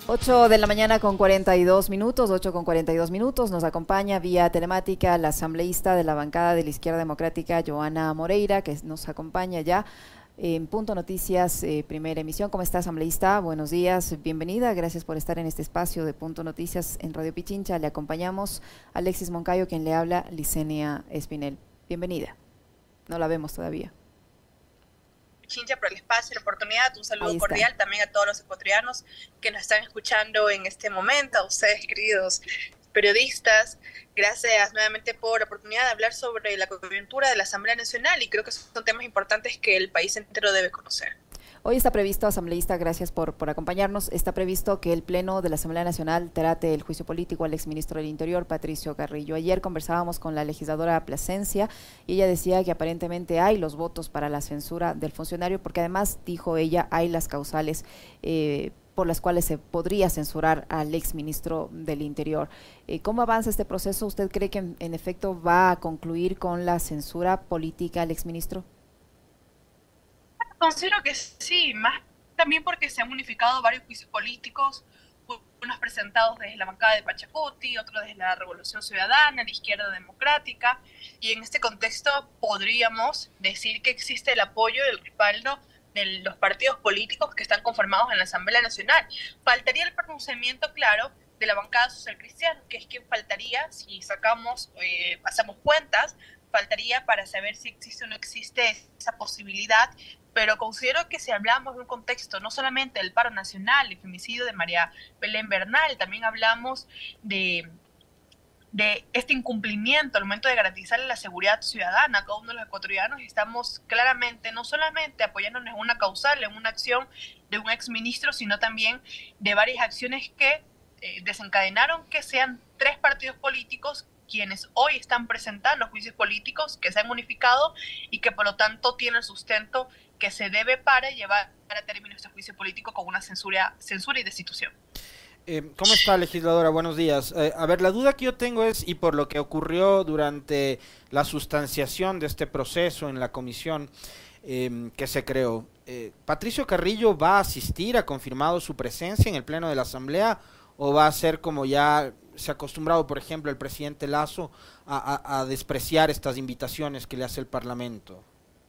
8 de la mañana con 42 minutos, 8 con 42 minutos. Nos acompaña vía telemática la asambleísta de la bancada de la Izquierda Democrática, Joana Moreira, que nos acompaña ya en Punto Noticias, primera emisión. ¿Cómo está, asambleísta? Buenos días, bienvenida. Gracias por estar en este espacio de Punto Noticias en Radio Pichincha. Le acompañamos Alexis Moncayo, quien le habla, Licenia Espinel. Bienvenida. No la vemos todavía. Chincha, por el espacio, la oportunidad, un saludo cordial también a todos los ecuatorianos que nos están escuchando en este momento, a ustedes, queridos periodistas. Gracias nuevamente por la oportunidad de hablar sobre la coyuntura de la Asamblea Nacional, y creo que son temas importantes que el país entero debe conocer. Hoy está previsto, asambleísta, gracias por acompañarnos, está previsto que el Pleno de la Asamblea Nacional trate el juicio político al exministro del Interior, Patricio Carrillo. Ayer conversábamos con la legisladora Plasencia y ella decía que aparentemente hay los votos para la censura del funcionario, porque además, dijo ella, hay las causales por las cuales se podría censurar al exministro del Interior. ¿Cómo avanza este proceso? ¿Usted cree que en efecto va a concluir con la censura política al exministro? Considero que sí, más también porque se han unificado varios juicios políticos, unos presentados desde la bancada de Pachacuti, otros desde la Revolución Ciudadana, la Izquierda Democrática, y en este contexto podríamos decir que existe el apoyo y el respaldo de los partidos políticos que están conformados en la Asamblea Nacional. Faltaría el pronunciamiento claro de la bancada social cristiana, que es quien faltaría si sacamos, hacemos cuentas, faltaría para saber si existe o no existe esa posibilidad. Pero considero que si hablamos de un contexto no solamente del paro nacional, el femicidio de María Belén Bernal, también hablamos de este incumplimiento al momento de garantizar la seguridad ciudadana a cada uno de los ecuatorianos, y estamos claramente no solamente apoyándonos en una causal, en una acción de un exministro, sino también de varias acciones que desencadenaron que sean tres partidos políticos quienes hoy están presentando juicios políticos que se han unificado y que por lo tanto tienen sustento que se debe para llevar a término este juicio político con una censura y destitución. ¿Cómo está, legisladora? Buenos días. A ver, la duda que yo tengo es, y por lo que ocurrió durante la sustanciación de este proceso en la comisión que se creó, ¿Patricio Carrillo va a asistir? ¿Ha confirmado su presencia en el Pleno de la Asamblea? ¿O va a ser como ya se ha acostumbrado, por ejemplo, el presidente Lasso a despreciar estas invitaciones que le hace el Parlamento?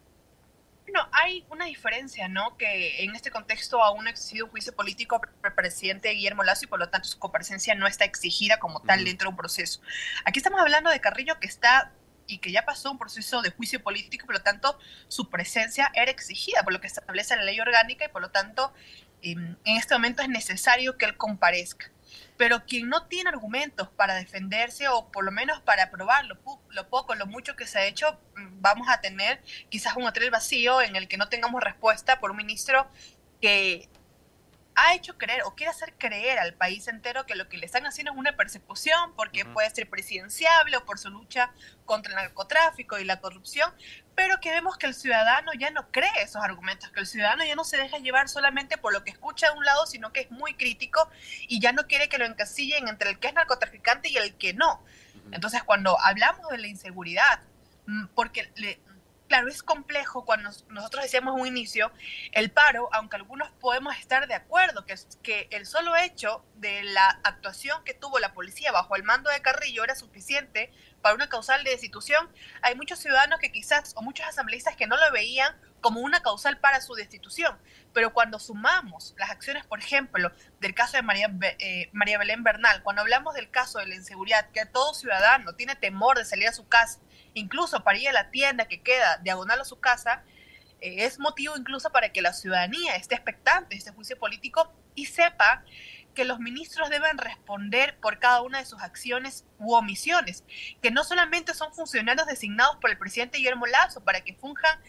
Bueno, hay una diferencia, ¿no? Que en este contexto aún no ha existido un juicio político para el presidente Guillermo Lasso y por lo tanto su comparecencia no está exigida como tal dentro de un proceso. Aquí estamos hablando de Carrillo, que está y que ya pasó un proceso de juicio político, por lo tanto su presencia era exigida por lo que establece la ley orgánica, y por lo tanto en este momento es necesario que él comparezca. Pero quien no tiene argumentos para defenderse, o por lo menos para probar lo poco, lo mucho que se ha hecho, vamos a tener quizás un hotel vacío en el que no tengamos respuesta por un ministro que ha hecho creer o quiere hacer creer al país entero que lo que le están haciendo es una persecución porque puede ser presidenciable o por su lucha contra el narcotráfico y la corrupción, pero que vemos que el ciudadano ya no cree esos argumentos, que el ciudadano ya no se deja llevar solamente por lo que escucha de un lado, sino que es muy crítico y ya no quiere que lo encasillen entre el que es narcotraficante y el que no. Entonces, cuando hablamos de la inseguridad, porque claro, es complejo cuando nosotros decíamos en un inicio, el paro, aunque algunos podemos estar de acuerdo que el solo hecho de la actuación que tuvo la policía bajo el mando de Carrillo era suficiente para una causal de destitución, hay muchos ciudadanos que quizás, o muchos asambleístas que no lo veían como una causal para su destitución. Pero cuando sumamos las acciones, por ejemplo, del caso de María Belén Bernal, cuando hablamos del caso de la inseguridad, que todo ciudadano tiene temor de salir a su casa, incluso para ir a la tienda que queda diagonal a su casa, es motivo incluso para que la ciudadanía esté expectante de este juicio político y sepa que los ministros deben responder por cada una de sus acciones u omisiones, que no solamente son funcionarios designados por el presidente Guillermo Lasso para que funjan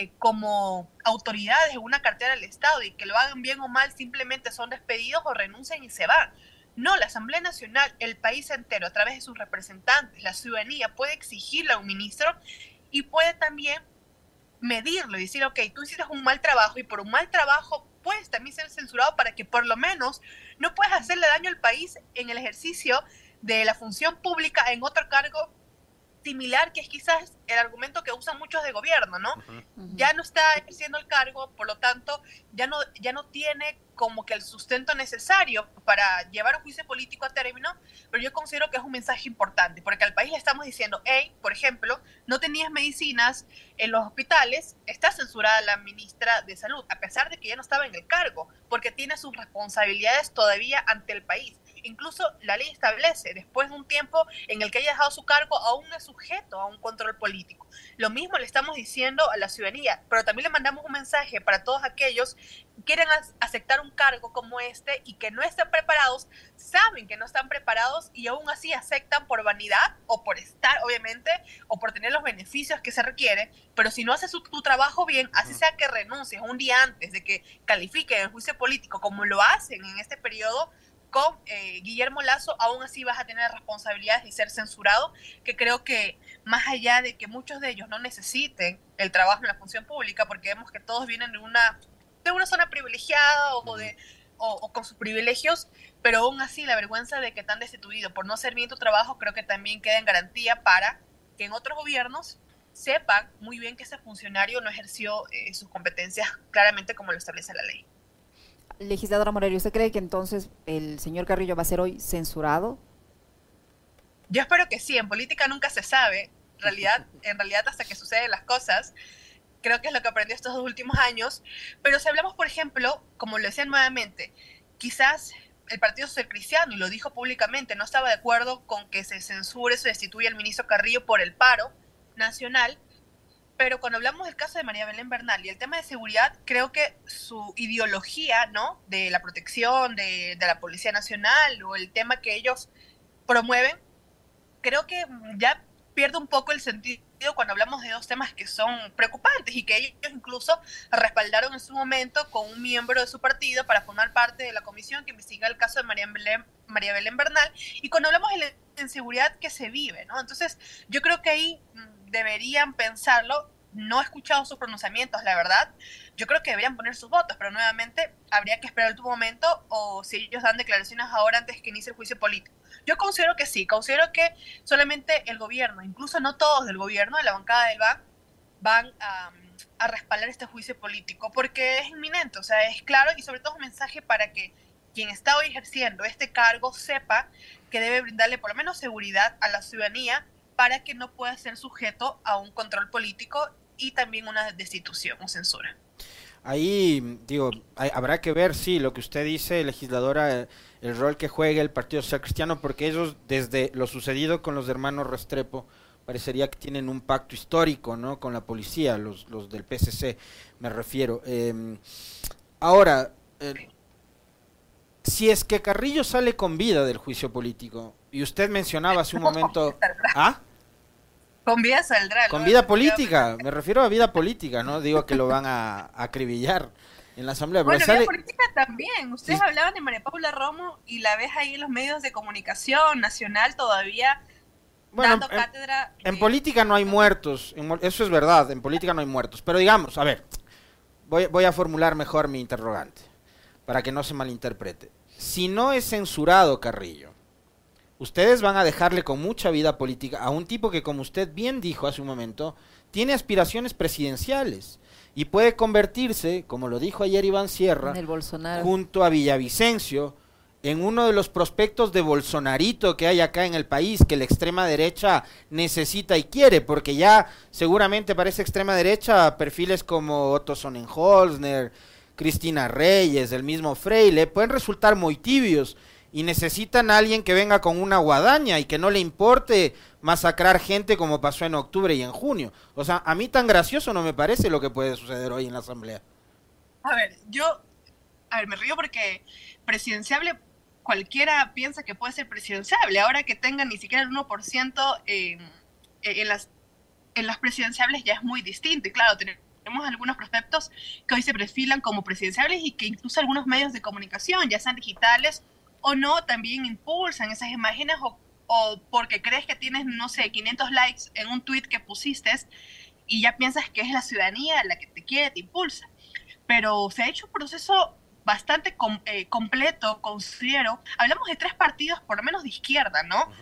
como autoridades en una cartera del Estado y que lo hagan bien o mal simplemente son despedidos o renuncian y se van. No, la Asamblea Nacional, el país entero, a través de sus representantes, la ciudadanía, puede exigirle a un ministro y puede también medirlo y decir, ok, tú hiciste un mal trabajo y por un mal trabajo puedes también ser censurado para que por lo menos no puedas hacerle daño al país en el ejercicio de la función pública en otro cargo similar, que es quizás el argumento que usan muchos de gobierno, ¿no? Ya no está ejerciendo el cargo, por lo tanto, ya no tiene como que el sustento necesario para llevar un juicio político a término, pero yo considero que es un mensaje importante, porque al país le estamos diciendo, hey, por ejemplo, no tenías medicinas en los hospitales, está censurada la ministra de Salud, a pesar de que ya no estaba en el cargo, porque tiene sus responsabilidades todavía ante el país. Incluso la ley establece, después de un tiempo en el que haya dejado su cargo, aún es sujeto a un control político. Lo mismo le estamos diciendo a la ciudadanía, pero también le mandamos un mensaje para todos aquellos que quieren aceptar un cargo como este y que no están preparados, saben que no están preparados y aún así aceptan por vanidad o por estar, obviamente, o por tener los beneficios que se requieren, pero si no haces tu trabajo bien, así sea que renuncies un día antes de que califiquen el juicio político, como lo hacen en este periodo, con Guillermo Lasso, aún así vas a tener responsabilidades y ser censurado, que creo que más allá de que muchos de ellos no necesiten el trabajo en la función pública, porque vemos que todos vienen de una zona privilegiada o con sus privilegios, pero aún así la vergüenza de que te han destituido por no hacer bien tu trabajo creo que también queda en garantía para que en otros gobiernos sepan muy bien que ese funcionario no ejerció sus competencias claramente como lo establece la ley. Legisladora Moreira, ¿usted cree que entonces el señor Carrillo va a ser hoy censurado? Yo espero que sí, en política nunca se sabe, en realidad hasta que suceden las cosas, creo que es lo que aprendí estos 2 últimos años, pero si hablamos, por ejemplo, como lo decía nuevamente, quizás el Partido Social Cristiano, y lo dijo públicamente, no estaba de acuerdo con que se censure, se destituya al ministro Carrillo por el paro nacional, pero cuando hablamos del caso de María Belén Bernal y el tema de seguridad, creo que su ideología, ¿no?, de la protección de la Policía Nacional o el tema que ellos promueven, creo que ya pierde un poco el sentido cuando hablamos de 2 temas que son preocupantes y que ellos incluso respaldaron en su momento con un miembro de su partido para formar parte de la comisión que investiga el caso de María Belén Bernal, y cuando hablamos de la inseguridad que se vive, ¿no? Entonces yo creo que ahí deberían pensarlo. No he escuchado sus pronunciamientos, la verdad. Yo creo que deberían poner sus votos, pero nuevamente habría que esperar el último momento, o si ellos dan declaraciones ahora antes que inicie el juicio político. Yo considero que sí, considero que solamente el gobierno, incluso no todos del gobierno, de la bancada del BAN, van a respaldar este juicio político, porque es inminente, o sea, es claro, y sobre todo un mensaje para que quien está hoy ejerciendo este cargo sepa que debe brindarle por lo menos seguridad a la ciudadanía para que no pueda ser sujeto a un control político y también una destitución o censura. Ahí, digo, habrá que ver, sí, lo que usted dice, legisladora, el rol que juega el Partido Social Cristiano, porque ellos, desde lo sucedido con los hermanos Restrepo, parecería que tienen un pacto histórico, ¿no?, con la policía, los del PSC, me refiero. Ahora, si es que Carrillo sale con vida del juicio político, y usted mencionaba hace un momento... ¿Ah? Con vida saldrá. Con vida política, me refiero a vida política, no digo que lo van a acribillar en la asamblea. Bueno, vida política también. Ustedes hablaban de María Paula Romo y la ves ahí en los medios de comunicación nacional todavía dando cátedra. En política no hay muertos, eso es verdad, en política no hay muertos. Pero digamos, a ver, voy a formular mejor mi interrogante, para que no se malinterprete. Si no es censurado Carrillo, ustedes van a dejarle con mucha vida política a un tipo que, como usted bien dijo hace un momento, tiene aspiraciones presidenciales y puede convertirse, como lo dijo ayer Iván Sierra, junto a Villavicencio, en uno de los prospectos de bolsonarito que hay acá en el país, que la extrema derecha necesita y quiere, porque ya seguramente para esa extrema derecha perfiles como Otto Sonnenholzner, Cristina Reyes, el mismo Freire, pueden resultar muy tibios, y necesitan a alguien que venga con una guadaña y que no le importe masacrar gente como pasó en octubre y en junio. O sea, a mí tan gracioso no me parece lo que puede suceder hoy en la asamblea. A ver, me río porque presidenciable, cualquiera piensa que puede ser presidenciable. Ahora que tengan ni siquiera el 1% en las presidenciables ya es muy distinto. Y claro, tenemos algunos prospectos que hoy se perfilan como presidenciables y que incluso algunos medios de comunicación, ya sean digitales o no, también impulsan esas imágenes o porque crees que tienes, no sé, 500 likes en un tweet que pusiste y ya piensas que es la ciudadanía la que te quiere, te impulsa. Pero se ha hecho un proceso bastante completo, considero. Hablamos de 3 partidos, por lo menos de izquierda, ¿no?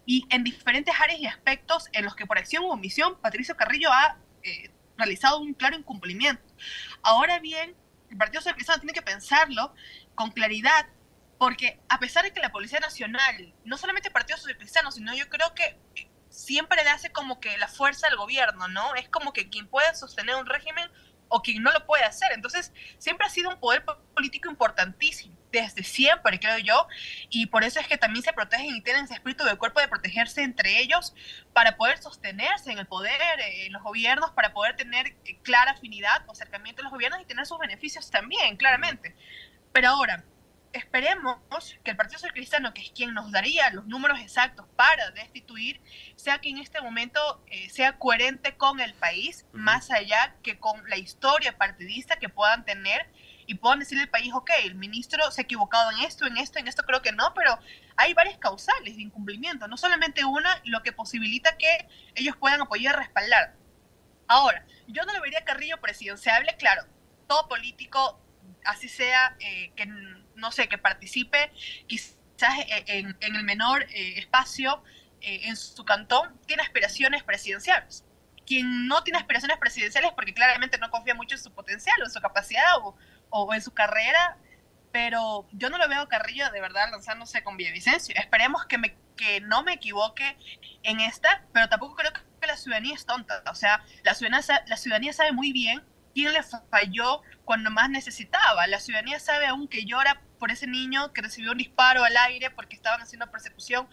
y en diferentes áreas y aspectos en los que por acción o omisión Patricio Carrillo ha realizado un claro incumplimiento. Ahora bien, el Partido Socialista tiene que pensarlo con claridad, porque a pesar de que la Policía Nacional, no solamente el Partido Socialista, sino yo creo que siempre le hace como que la fuerza al gobierno, ¿no? Es como que quien puede sostener un régimen o quien no lo puede hacer. Entonces, siempre ha sido un poder político importantísimo, desde siempre, creo yo, y por eso es que también se protegen y tienen ese espíritu del cuerpo de protegerse entre ellos para poder sostenerse en el poder, en los gobiernos, para poder tener clara afinidad o acercamiento a los gobiernos y tener sus beneficios también, claramente. Pero ahora, esperemos que el Partido Socialista, que es quien nos daría los números exactos para destituir, sea que en este momento sea coherente con el país, más allá que con la historia partidista que puedan tener y puedan decirle al país, ok, el ministro se ha equivocado en esto, creo que no, pero hay varias causales de incumplimiento, no solamente una, lo que posibilita que ellos puedan apoyar y respaldar. Ahora, yo no le vería a Carrillo presidenciable, claro, todo político, así sea, que no sé, que participe quizás en el menor espacio en su cantón, tiene aspiraciones presidenciales. Quien no tiene aspiraciones presidenciales porque claramente no confía mucho en su potencial o en su capacidad o en su carrera, pero yo no lo veo a Carrillo de verdad lanzándose con Villavicencio. Esperemos que no me equivoque en esta, pero tampoco creo que la ciudadanía es tonta. O sea, la ciudadanía sabe muy bien quién le falló cuando más necesitaba. La ciudadanía sabe aún que llora por ese niño que recibió un disparo al aire porque estaban haciendo persecución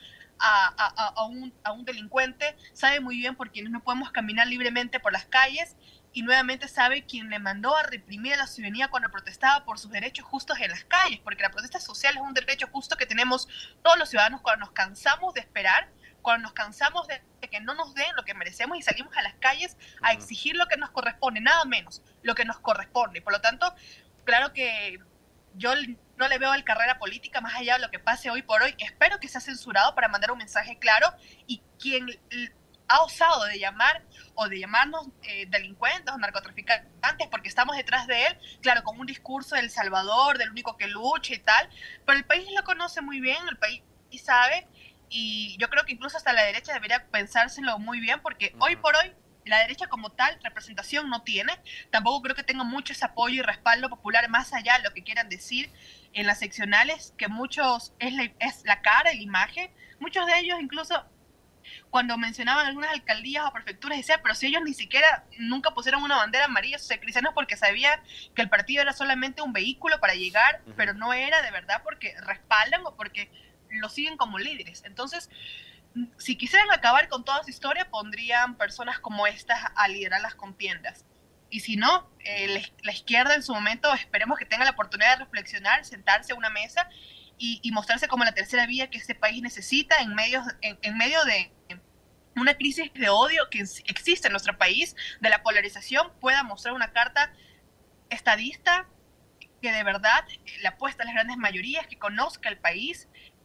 a un delincuente, sabe muy bien por quienes no podemos caminar libremente por las calles y nuevamente sabe quién le mandó a reprimir a la ciudadanía cuando protestaba por sus derechos justos en las calles, porque la protesta social es un derecho justo que tenemos todos los ciudadanos cuando nos cansamos de esperar, cuando nos cansamos de que no nos den lo que merecemos y salimos a las calles a exigir lo que nos corresponde, nada menos lo que nos corresponde. Por lo tanto, claro que yo no le veo el carrera política más allá de lo que pase hoy por hoy. Espero que sea censurado para mandar un mensaje claro y quien ha osado de llamar o de llamarnos delincuentes o narcotraficantes porque estamos detrás de él, claro, con un discurso del Salvador, del único que lucha y tal, pero el país lo conoce muy bien, el país sabe, y yo creo que incluso hasta la derecha debería pensárselo muy bien porque hoy por hoy la derecha como tal representación no tiene, tampoco creo que tenga mucho ese apoyo y respaldo popular más allá de lo que quieran decir en las seccionales, que muchos es la cara y la imagen, muchos de ellos incluso cuando mencionaban algunas alcaldías o prefecturas decían, pero si ellos ni siquiera nunca pusieron una bandera amarilla, sus cristianos porque sabían que el partido era solamente un vehículo para llegar, pero no era de verdad porque respaldan o porque lo siguen como líderes. Entonces, si quisieran acabar con toda su historia, pondrían personas como estas a liderar las contiendas. Y si no, la izquierda en su momento esperemos que tenga la oportunidad de reflexionar, sentarse a una mesa y mostrarse como la tercera vía que este país necesita en medio de una crisis de odio que existe en nuestro país, de la polarización, pueda mostrar una carta estadista que de verdad le apuesta a las grandes mayorías, que conozca el país,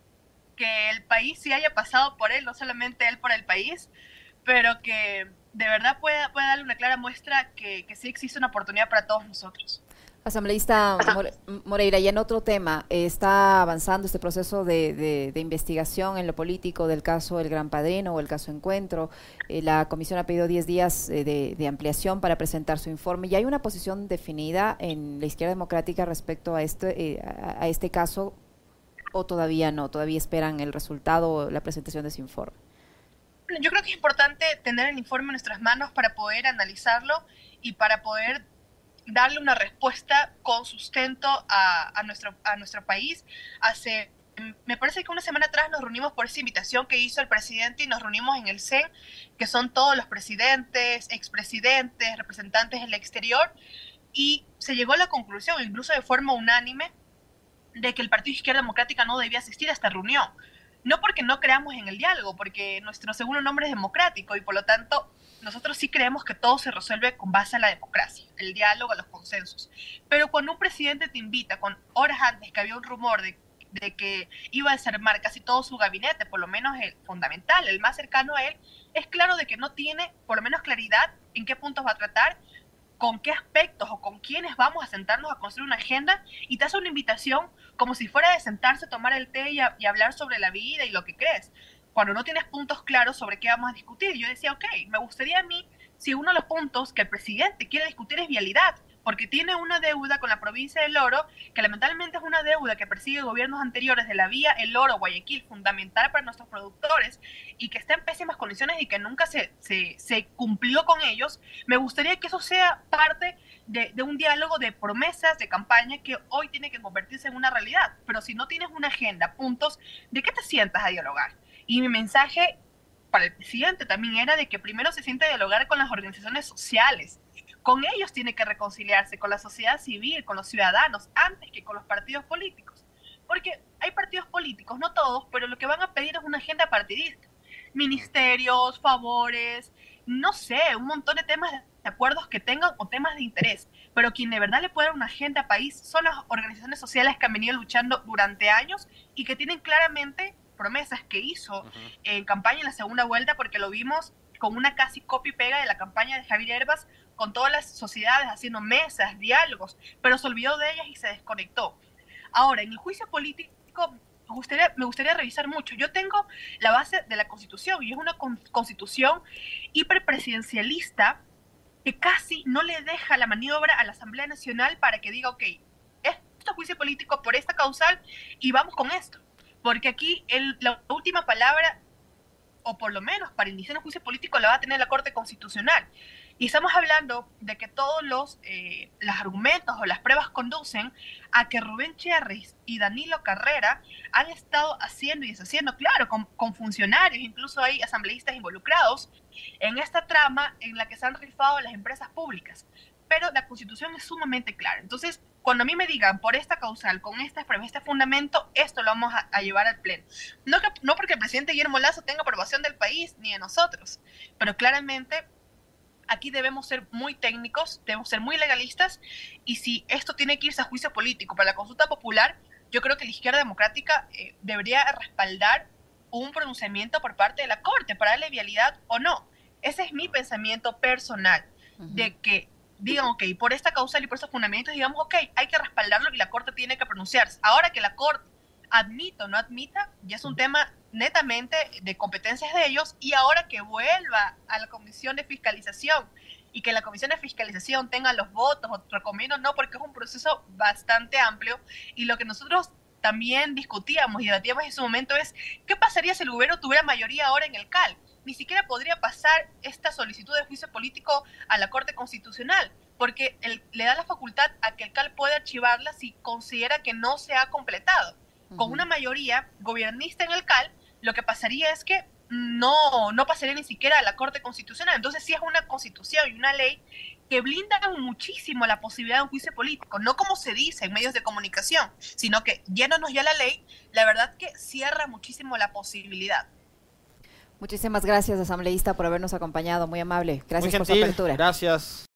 que el país sí haya pasado por él, no solamente él por el país, pero que de verdad pueda darle una clara muestra que sí existe una oportunidad para todos nosotros. Asambleísta Moreira, y en otro tema, está avanzando este proceso de investigación en lo político del caso El Gran Padrino o el caso Encuentro. La comisión ha pedido 10 días de ampliación para presentar su informe. ¿Y hay una posición definida en la izquierda democrática respecto a este caso o todavía no? ¿Todavía esperan el resultado o la presentación de su informe? Yo creo que es importante tener el informe en nuestras manos para poder analizarlo y para poder darle una respuesta con sustento a nuestro país. Me parece que una semana atrás nos reunimos por esa invitación que hizo el presidente y nos reunimos en el CEN, que son todos los presidentes, expresidentes, representantes del exterior, y se llegó a la conclusión, incluso de forma unánime, de que el Partido Izquierda Democrática no debía asistir a esta reunión. No porque no creamos en el diálogo, porque nuestro segundo nombre es democrático y por lo tanto nosotros sí creemos que todo se resuelve con base a la democracia, el diálogo, los consensos. Pero cuando un presidente te invita, con horas antes que había un rumor de que iba a desarmar casi todo su gabinete, por lo menos el fundamental, el más cercano a él, es claro de que no tiene por lo menos claridad en qué puntos va a tratar, con qué aspectos o con quiénes vamos a sentarnos a construir una agenda, y te hace una invitación como si fuera de sentarse, tomar el té y hablar sobre la vida y lo que crees. cuando no tienes puntos claros sobre qué vamos a discutir. Yo decía, ok, me gustaría a mí, si uno de los puntos que el presidente quiere discutir es vialidad, porque tiene una deuda con la provincia del Oro, que lamentablemente es una deuda que persigue gobiernos anteriores de la vía El Oro, Guayaquil, fundamental para nuestros productores, y que está en pésimas condiciones y que nunca se cumplió con ellos. Me gustaría que eso sea parte de un diálogo de promesas, de campaña, que hoy tiene que convertirse en una realidad. Pero si no tienes una agenda, puntos, ¿de qué te sientas a dialogar? Y mi mensaje para el presidente también era de que primero se siente a dialogar con las organizaciones sociales. Con ellos tiene que reconciliarse, con la sociedad civil, con los ciudadanos, antes que con los partidos políticos. Porque hay partidos políticos, no todos, pero lo que van a pedir es una agenda partidista. Ministerios, favores, no sé, un montón de temas de acuerdos que tengan o temas de interés. Pero quien de verdad le puede dar una agenda al país son las organizaciones sociales que han venido luchando durante años y que tienen claramente promesas que hizo en campaña en la segunda vuelta, porque lo vimos con una casi copia y pega de la campaña de Javier Herbas, con todas las sociedades haciendo mesas, diálogos, pero se olvidó de ellas y se desconectó. Ahora, en el juicio político me gustaría revisar mucho. Yo tengo la base de la Constitución, y es una constitución hiperpresidencialista que casi no le deja la maniobra a la Asamblea Nacional para que diga, ok, esto es juicio político por esta causal y vamos con esto. Porque aquí la última palabra, o por lo menos para iniciar un juicio político, la va a tener la Corte Constitucional. Y estamos hablando de que todos los argumentos o las pruebas conducen a que Rubén Cherres y Danilo Carrera han estado haciendo y deshaciendo, claro, con funcionarios, incluso hay asambleístas involucrados en esta trama en la que se han rifado las empresas públicas. Pero la Constitución es sumamente clara. Entonces, cuando a mí me digan por esta causal, con estas pruebas, este fundamento, esto lo vamos a llevar al pleno. No porque el presidente Guillermo Lasso tenga aprobación del país ni de nosotros, pero claramente aquí debemos ser muy técnicos, debemos ser muy legalistas, y si esto tiene que irse a juicio político para la consulta popular, yo creo que la izquierda democrática debería respaldar un pronunciamiento por parte de la Corte para darle vialidad o no. Ese es mi pensamiento personal, de que digan, ok, por esta causal y por estos fundamentos, digamos, ok, hay que respaldarlo y la Corte tiene que pronunciarse. Ahora que la Corte admita o no admita, ya es un tema netamente de competencias de ellos, y ahora que vuelva a la Comisión de Fiscalización y que la Comisión de Fiscalización tenga los votos, o recomiendo no, porque es un proceso bastante amplio, y lo que nosotros también discutíamos y debatíamos en su momento es, ¿qué pasaría si el gobierno tuviera mayoría ahora en el CAL? Ni siquiera podría pasar esta solicitud de juicio político a la Corte Constitucional, porque le da la facultad a que el CAL pueda archivarla si considera que no se ha completado. Con una mayoría gobernista en el CAL, lo que pasaría es que no pasaría ni siquiera a la Corte Constitucional. Entonces sí es una constitución y una ley que blindan muchísimo la posibilidad de un juicio político, no como se dice en medios de comunicación, sino que yéndonos ya la ley, la verdad que cierra muchísimo la posibilidad. Muchísimas gracias, asambleísta, por habernos acompañado, muy amable. Gracias por su apertura. Gracias.